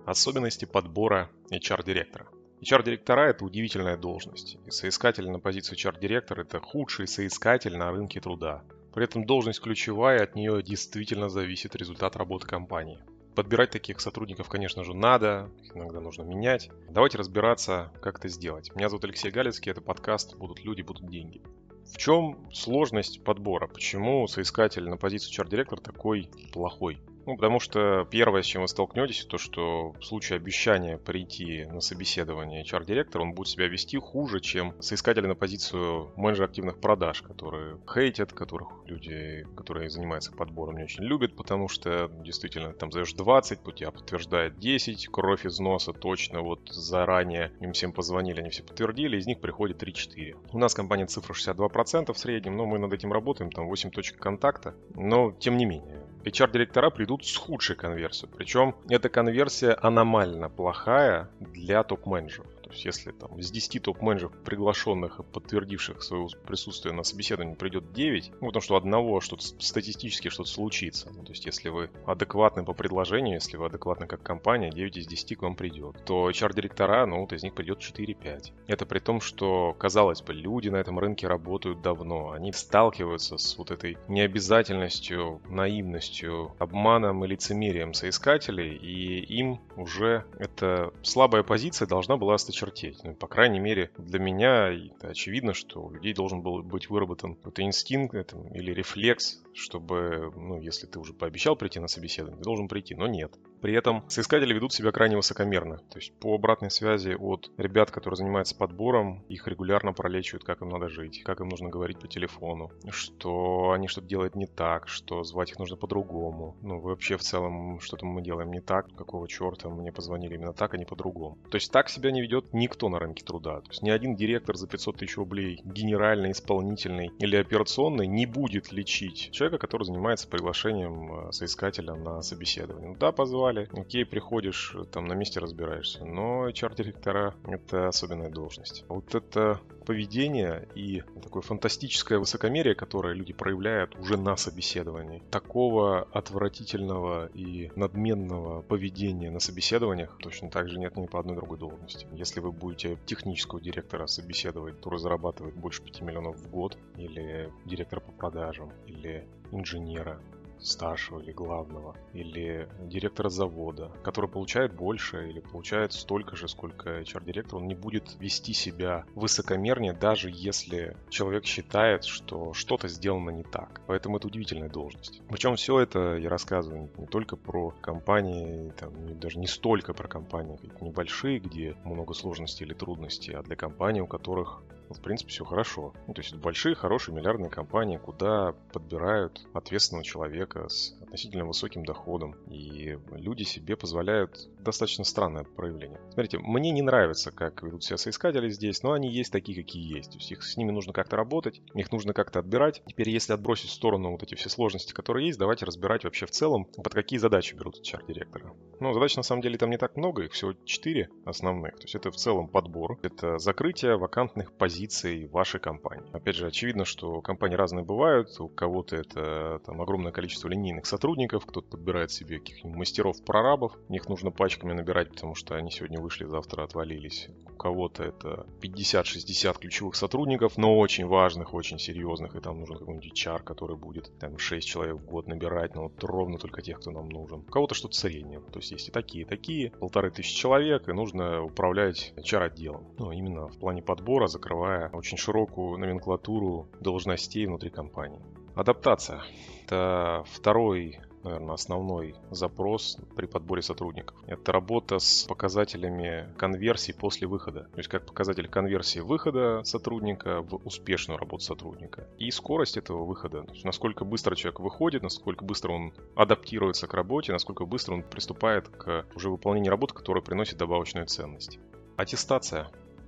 Особенности подбора HR-директора. HR-директора – это удивительная должность. И соискатель на позицию HR-директора – это худший соискатель на рынке труда. При этом должность ключевая, от нее действительно зависит результат работы компании. Подбирать таких сотрудников, конечно же, надо, их иногда нужно менять. Давайте разбираться, как это сделать. Меня зовут Алексей Галицкий, это подкаст «Будут люди, будут деньги». В чем сложность подбора? Почему соискатель на позицию HR-директора такой плохой? Потому что первое, с чем вы столкнетесь, то, что в случае обещания прийти на собеседование HR-директора, он будет себя вести хуже, чем соискатели на позицию менеджера активных продаж, которые хейтят, которых люди, которые занимаются подбором, не очень любят, потому что действительно там задаешь 20, у тебя подтверждает 10, кровь из носа точно, вот заранее им всем позвонили, они все подтвердили, из них приходит 3-4. У нас компания цифра 62% в среднем, но мы над этим работаем, там 8 точек контакта, но тем не менее. HR-директора придут с худшей конверсией. Причем эта конверсия аномально плохая для топ-менеджеров. То есть если там из 10 топ-менеджеров, приглашенных и подтвердивших свое присутствие на собеседовании, придет 9, потому что у одного что-то статистически что-то случится. То есть если вы адекватны по предложению, если вы адекватны как компания, 9 из 10 к вам придет, то HR-директора, из них придет 4-5. Это при том, что, казалось бы, люди на этом рынке работают давно. Они сталкиваются с вот этой необязательностью, наивностью, обманом и лицемерием соискателей, и им уже эта слабая позиция должна была осточертеть. По крайней мере, для меня это очевидно, что у людей должен был быть выработан какой-то инстинкт или рефлекс, чтобы, если ты уже пообещал прийти на собеседование, ты должен прийти, но нет. При этом соискатели ведут себя крайне высокомерно. То есть по обратной связи от ребят, которые занимаются подбором, их регулярно пролечивают, как им надо жить, как им нужно говорить по телефону, что они что-то делают не так, что звать их нужно по-другому. Вообще в целом что-то мы делаем не так, какого черта мне позвонили именно так, а не по-другому. То есть так себя не ведет никто на рынке труда. То есть ни один директор за 500 тысяч рублей, генеральный, исполнительный или операционный, не будет лечить человека, который занимается приглашением соискателя на собеседование. Да, позвали. Окей, приходишь, там на месте разбираешься. Но HR-директора — это особенная должность. Вот это поведение и такое фантастическое высокомерие, которое люди проявляют уже на собеседовании. Такого отвратительного и надменного поведения на собеседованиях точно так же нет ни по одной другой должности. Если вы будете технического директора собеседовать, который зарабатывает больше 5 миллионов в год, или директора по продажам, или инженера, старшего или главного, или директора завода, который получает больше или получает столько же, сколько HR-директор, он не будет вести себя высокомернее, даже если человек считает, что что-то сделано не так. Поэтому это удивительная должность. Причем все это я рассказываю не только про компании, даже не столько про компании небольшие, где много сложностей или трудностей, а для компаний, у которых в принципе, все хорошо. То есть это большие, хорошие миллиардные компании, куда подбирают ответственного человека с относительно высоким доходом. И люди себе позволяют достаточно странное проявление. Смотрите, мне не нравится, как ведут себя соискатели здесь, но они есть такие, какие есть. То есть с ними нужно как-то работать, их нужно как-то отбирать. Теперь, если отбросить в сторону вот эти все сложности, которые есть, давайте разбирать вообще в целом, под какие задачи берут HR-директора. Задач на самом деле там не так много, их всего 4 основных. То есть это в целом подбор, это закрытие вакантных позиций вашей компании. Опять же, очевидно, что компании разные бывают. У кого-то это огромное количество линейных сотрудников, кто-то подбирает себе каких-нибудь мастеров-прорабов. Их нужно пачками набирать, потому что они сегодня вышли, завтра отвалились. У кого-то это 50-60 ключевых сотрудников, но очень важных, очень серьезных. И там нужен какой-нибудь HR, который будет 6 человек в год набирать, но ровно только тех, кто нам нужен. У кого-то что-то среднее. То есть есть и такие, 1500 человек, и нужно управлять HR-отделом. Именно в плане подбора, закрывая очень широкую номенклатуру должностей внутри компании. Адаптация – это второй, наверное, основной запрос при подборе сотрудников. Это работа с показателями конверсии после выхода. То есть как показатель конверсии выхода сотрудника в успешную работу сотрудника. И скорость этого выхода. То есть насколько быстро человек выходит, насколько быстро он адаптируется к работе, насколько быстро он приступает к уже выполнению работы, которая приносит добавочную ценность. Аттестация.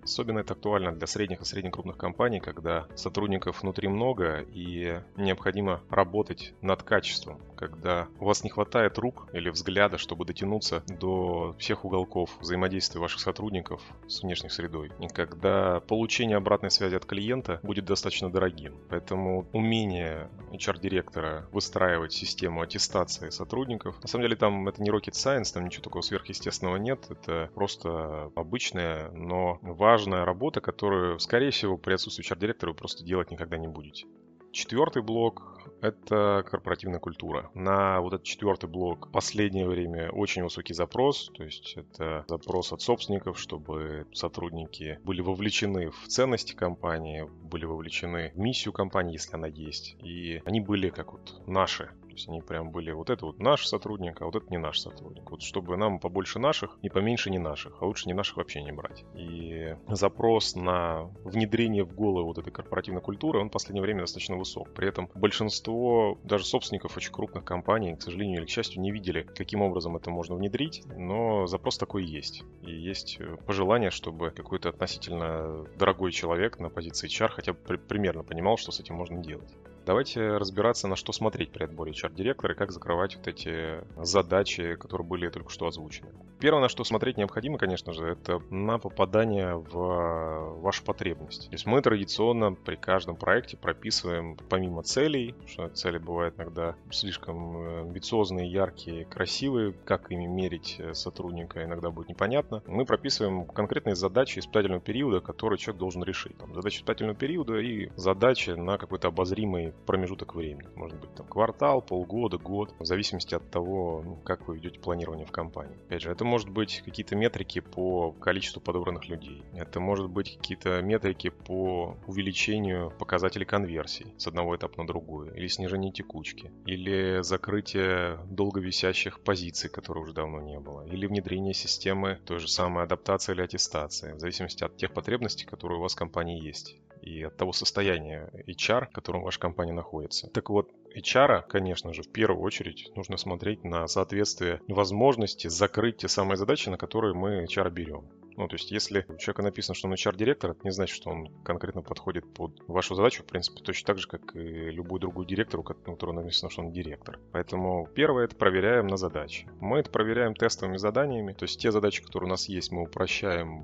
Особенно это актуально для средних и средне-крупных компаний, когда сотрудников внутри много и необходимо работать над качеством, когда у вас не хватает рук или взгляда, чтобы дотянуться до всех уголков взаимодействия ваших сотрудников с внешней средой, и когда получение обратной связи от клиента будет достаточно дорогим. Поэтому умение HR-директора выстраивать систему аттестации сотрудников, на самом деле там это не rocket science, там ничего такого сверхъестественного нет, это просто обычная, но важная работа, которую, скорее всего, при отсутствии HR-директора вы просто делать никогда не будете. Четвертый блок – это корпоративная культура. На вот этот четвертый блок в последнее время очень высокий запрос, то есть это запрос от собственников, чтобы сотрудники были вовлечены в ценности компании, были вовлечены в миссию компании, если она есть, и они были как вот наши. То есть они прям были, вот это вот наш сотрудник, а вот это не наш сотрудник. Вот чтобы нам побольше наших и поменьше не наших, а лучше не наших вообще не брать. И запрос на внедрение в голову вот этой корпоративной культуры, он в последнее время достаточно высок. При этом большинство даже собственников очень крупных компаний, к сожалению или к счастью, не видели, каким образом это можно внедрить, но запрос такой есть. И есть пожелание, чтобы какой-то относительно дорогой человек на позиции HR хотя бы примерно понимал, что с этим можно делать. Давайте разбираться, на что смотреть при отборе HR-директора и как закрывать вот эти задачи, которые были только что озвучены. Первое, на что смотреть необходимо, конечно же, это на попадание в вашу потребность. То есть мы традиционно при каждом проекте прописываем помимо целей, что цели бывают иногда слишком амбициозные, яркие, красивые, как ими мерить сотрудника иногда будет непонятно. Мы прописываем конкретные задачи испытательного периода, которые человек должен решить. Там, задачи испытательного периода и задачи на какой-то обозримый промежуток времени. Может быть, там квартал, полгода, год, в зависимости от того, как вы ведете планирование в компании. Опять же, это может быть какие-то метрики по количеству подобранных людей. Это может быть какие-то метрики по увеличению показателей конверсий с одного этапа на другой, или снижение текучки, или закрытие долговисящих позиций, которые уже давно не было, или внедрение системы той же самой адаптации или аттестации, в зависимости от тех потребностей, которые у вас в компании есть, и от того состояния HR, в котором ваша компания находится. Так вот, HR, конечно же, в первую очередь нужно смотреть на соответствие возможности закрыть те самые задачи, на которые мы HR берем. Ну, то есть, если у человека написано, что он HR-директор, это не значит, что он конкретно подходит под вашу задачу, в принципе, точно так же, как и любой другой директор, у которого написано, что он директор. Поэтому первое, это проверяем на задачи. Мы это проверяем тестовыми заданиями, то есть те задачи, которые у нас есть, мы упрощаем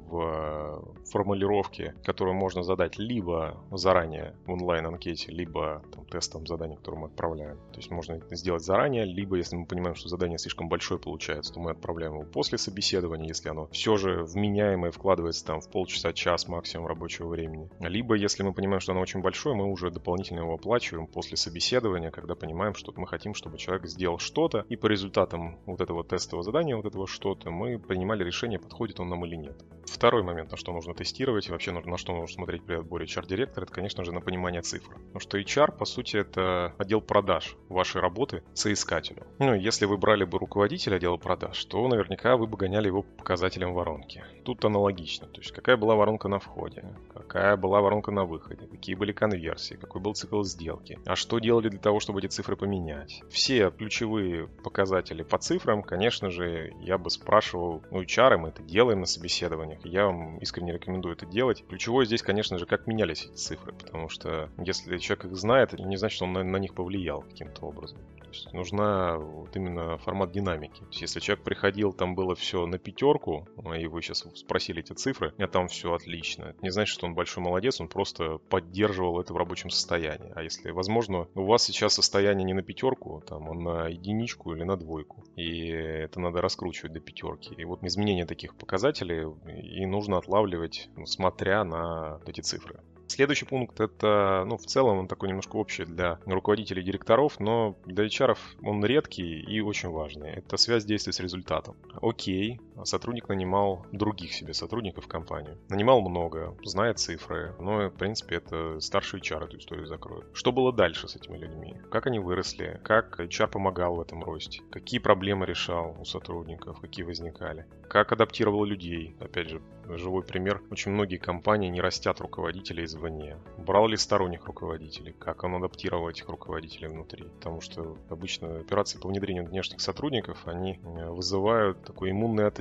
в формулировке, которые можно задать либо заранее в онлайн-анкете, либо там, тестовым заданием, которое мы отправляем. То есть можно это сделать заранее, либо если мы понимаем, что задание слишком большое получается, то мы отправляем его после собеседования, если оно все же вменяемое вкладывается там в полчаса, час максимум рабочего времени. Либо, если мы понимаем, что оно очень большое, мы уже дополнительно его оплачиваем после собеседования, когда понимаем, что мы хотим, чтобы человек сделал что-то, и по результатам вот этого тестового задания, вот этого что-то, мы принимали решение, подходит он нам или нет. Второй момент, на что нужно тестировать, и вообще на что нужно смотреть при отборе HR-директора, это, конечно же, на понимание цифр. Потому что HR, по сути, это отдел продаж вашей работы соискателю. Ну, если вы брали бы руководителя отдела продаж, то наверняка вы бы гоняли его по показателям воронки. Тут аналогично. То есть какая была воронка на входе, какая была воронка на выходе, какие были конверсии, какой был цикл сделки, а что делали для того, чтобы эти цифры поменять. Все ключевые показатели по цифрам, конечно же, я бы спрашивал у HR, мы это делаем на собеседованиях, я вам искренне рекомендую это делать. Ключевое здесь, конечно же, как менялись эти цифры, потому что если человек их знает, это не значит, что он на них повлиял каким-то образом. То есть нужна вот именно формат динамики. То есть если человек приходил, там было все на пятерку, и вы сейчас спросили эти цифры, а там все отлично. Это не значит, что он большой молодец, он просто поддерживал это в рабочем состоянии. А если, возможно, у вас сейчас состояние не на пятерку, там, а на единичку или на двойку, и это надо раскручивать до пятерки. И вот изменение таких показателей и нужно отлавливать, смотря на эти цифры. Следующий пункт это, в целом он такой немножко общий для руководителей и директоров, но для HR он редкий и очень важный. Это связь действий с результатом. Окей, сотрудник нанимал других себе сотрудников в компанию. Нанимал много, знает цифры, но, в принципе, это старший HR эту историю закроет. Что было дальше с этими людьми? Как они выросли? Как HR помогал в этом росте? Какие проблемы решал у сотрудников? Какие возникали? Как адаптировал людей? Опять же, живой пример. Очень многие компании не растят руководителей извне. Брал ли сторонних руководителей? Как он адаптировал этих руководителей внутри? Потому что обычно операции по внедрению внешних сотрудников, они вызывают такой иммунный ответ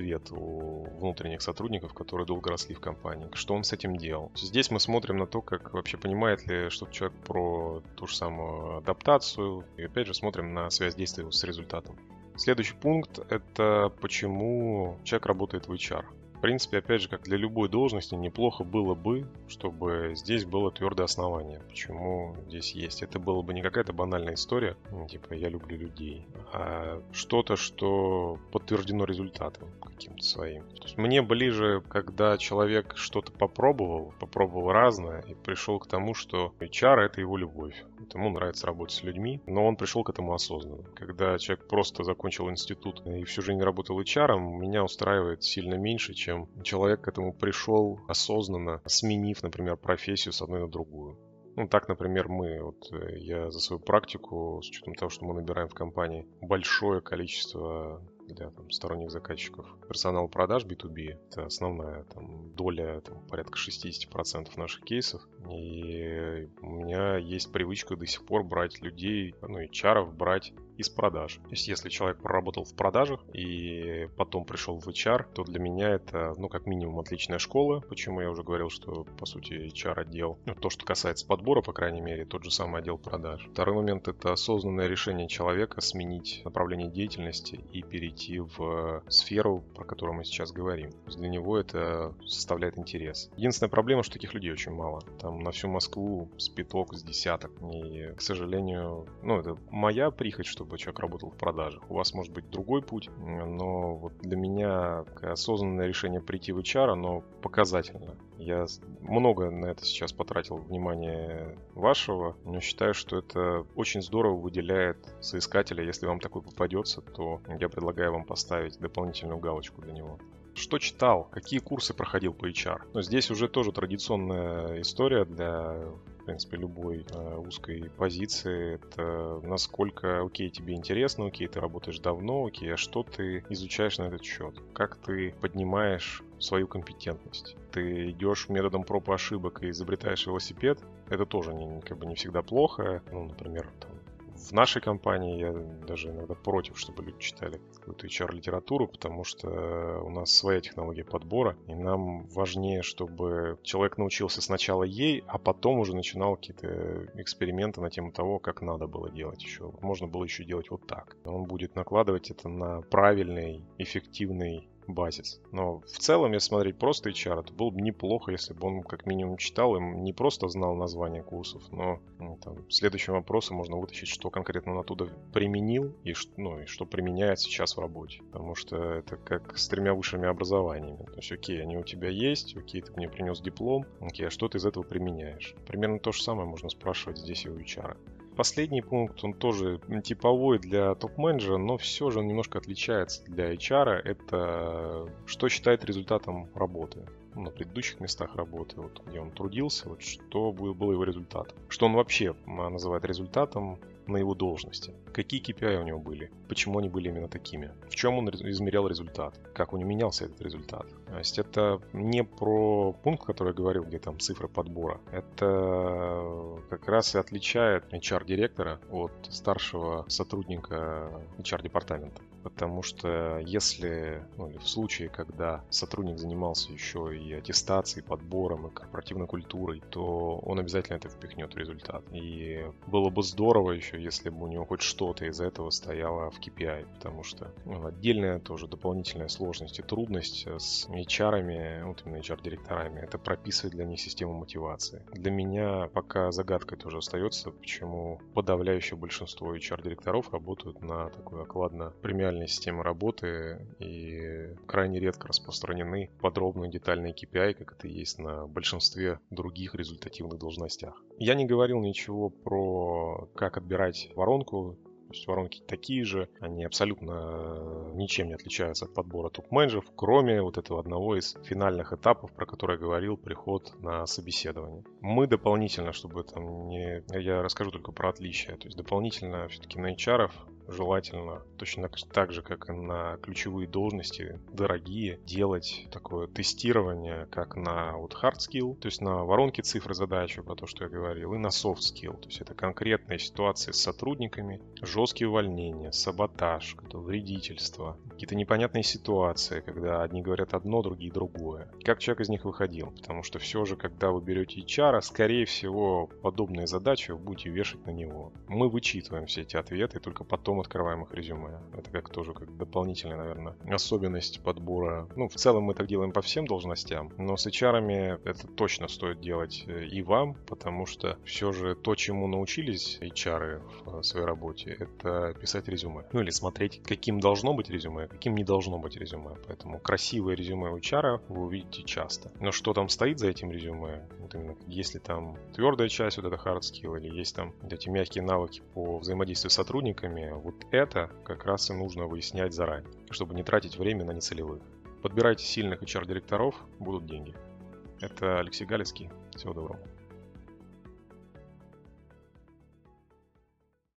ответ у внутренних сотрудников, которые долго росли в компании. Что он с этим делал? Здесь мы смотрим на то, как вообще понимает ли что-то человек про ту же самую адаптацию. И опять же смотрим на связь действия с результатом. Следующий пункт – это почему человек работает в HR. В принципе, опять же, как для любой должности, неплохо было бы, чтобы здесь было твердое основание, почему здесь есть. Это было бы не какая-то банальная история, типа «я люблю людей», а что-то, что подтверждено результатом каким-то своим. То есть мне ближе, когда человек что-то попробовал разное и пришел к тому, что HR – это его любовь. Ему нравится работать с людьми, но он пришел к этому осознанно. Когда человек просто закончил институт и всю жизнь работал HR, меня устраивает сильно меньше, чем человек к этому пришел осознанно, сменив, например, профессию с одной на другую. Ну, так, например, я за свою практику, с учетом того, что мы набираем в компании большое количество для сторонних заказчиков персонал продаж B2B, это основная доля, порядка 60% наших кейсов. И у меня есть привычка до сих пор брать людей, HR брать из продаж. То есть, если человек проработал в продажах и потом пришел в HR, то для меня это, как минимум, отличная школа. Почему я уже говорил, что, по сути, HR-отдел, то, что касается подбора, по крайней мере, тот же самый отдел продаж. Второй момент – это осознанное решение человека сменить направление деятельности и перейти в сферу, про которую мы сейчас говорим. То есть для него это составляет интерес. Единственная проблема, что таких людей очень мало. Там на всю Москву с пяток, с десяток. И, к сожалению, это моя прихоть, чтобы человек работал в продажах. У вас может быть другой путь, но вот для меня осознанное решение прийти в HR, оно показательно. Я много на это сейчас потратил внимания вашего, но считаю, что это очень здорово выделяет соискателя. Если вам такой попадется, то я предлагаю вам поставить дополнительную галочку для него. Что читал? Какие курсы проходил по HR? Но здесь уже тоже традиционная история для, в принципе, любой узкой позиции. Это насколько, тебе интересно, ты работаешь давно, а что ты изучаешь на этот счет? Как ты поднимаешь свою компетентность? Ты идешь методом проб и ошибок и изобретаешь велосипед? Это тоже не всегда плохо. Например, в нашей компании я даже иногда против, чтобы люди читали какую-то HR-литературу, потому что у нас своя технология подбора, и нам важнее, чтобы человек научился сначала ей, а потом уже начинал какие-то эксперименты на тему того, как надо было делать еще. Можно было еще делать вот так. Он будет накладывать это на правильный, эффективный базис. Но в целом, если смотреть просто HR, то было бы неплохо, если бы он как минимум читал и не просто знал название курсов, но следующим вопросом можно вытащить, что конкретно он оттуда применил и что применяет сейчас в работе. Потому что это как с 3 высшими образованиями. То есть, они у тебя есть, ты мне принес диплом, а что ты из этого применяешь? Примерно то же самое можно спрашивать здесь и у HR. Последний пункт, он тоже типовой для топ-менеджера, но все же он немножко отличается для HR. Это что считает результатом работы. На предыдущих местах работы, где он трудился, что был его результат. Что он вообще называет результатом на его должности. Какие KPI у него были, почему они были именно такими, в чем он измерял результат, как у него менялся этот результат. То есть это не про пункт, который я говорил, где цифры подбора. Это как раз и отличает HR-директора от старшего сотрудника HR-департамента. Потому что если, в случае, когда сотрудник занимался еще и аттестацией, подбором, и корпоративной культурой, то он обязательно это впихнет в результат. И было бы здорово еще, если бы у него хоть что-то из этого стояло в KPI, потому что отдельная тоже дополнительная сложность и трудность с HR-ами, именно HR-директорами, это прописывать для них систему мотивации. Для меня пока загадкой тоже остается, почему подавляющее большинство HR-директоров работают на такой окладно-премиальной системе работы и крайне редко распространены подробные детальные KPI, как это есть на большинстве других результативных должностях. Я не говорил ничего про как отбирать воронку. То есть воронки такие же, они абсолютно ничем не отличаются от подбора топ-менеджеров, кроме этого одного из финальных этапов, про который я говорил, приход на собеседование. Мы дополнительно, чтобы я расскажу только про отличия, то есть дополнительно все-таки на HR желательно точно так же, как и на ключевые должности, дорогие, делать такое тестирование, как на вот hard skill, то есть на воронке цифр задачи, про то, что я говорил, и на soft skill, то есть это конкретные ситуации с сотрудниками, жесткие увольнения, саботаж, вредительство, какие-то непонятные ситуации, когда одни говорят одно, другие другое. Как человек из них выходил? Потому что все же, когда вы берете HR, скорее всего, подобные задачи вы будете вешать на него. Мы вычитываем все эти ответы и только потом открываем их резюме. Это как тоже как дополнительная, наверное, особенность подбора. Ну, в целом мы так делаем по всем должностям, но с HR это точно стоит делать и вам, потому что все же то, чему научились HR в своей работе, это писать резюме. Ну или смотреть, каким должно быть резюме, каким не должно быть резюме. Поэтому красивое резюме у HR вы увидите часто. Но что там стоит за этим резюме, вот именно если там твердая часть, вот это hard skill, или есть там вот эти мягкие навыки по взаимодействию с сотрудниками, вот это как раз и нужно выяснять заранее, чтобы не тратить время на нецелевых. Подбирайте сильных HR-директоров, будут деньги. Это Алексей Галицкий. Всего доброго.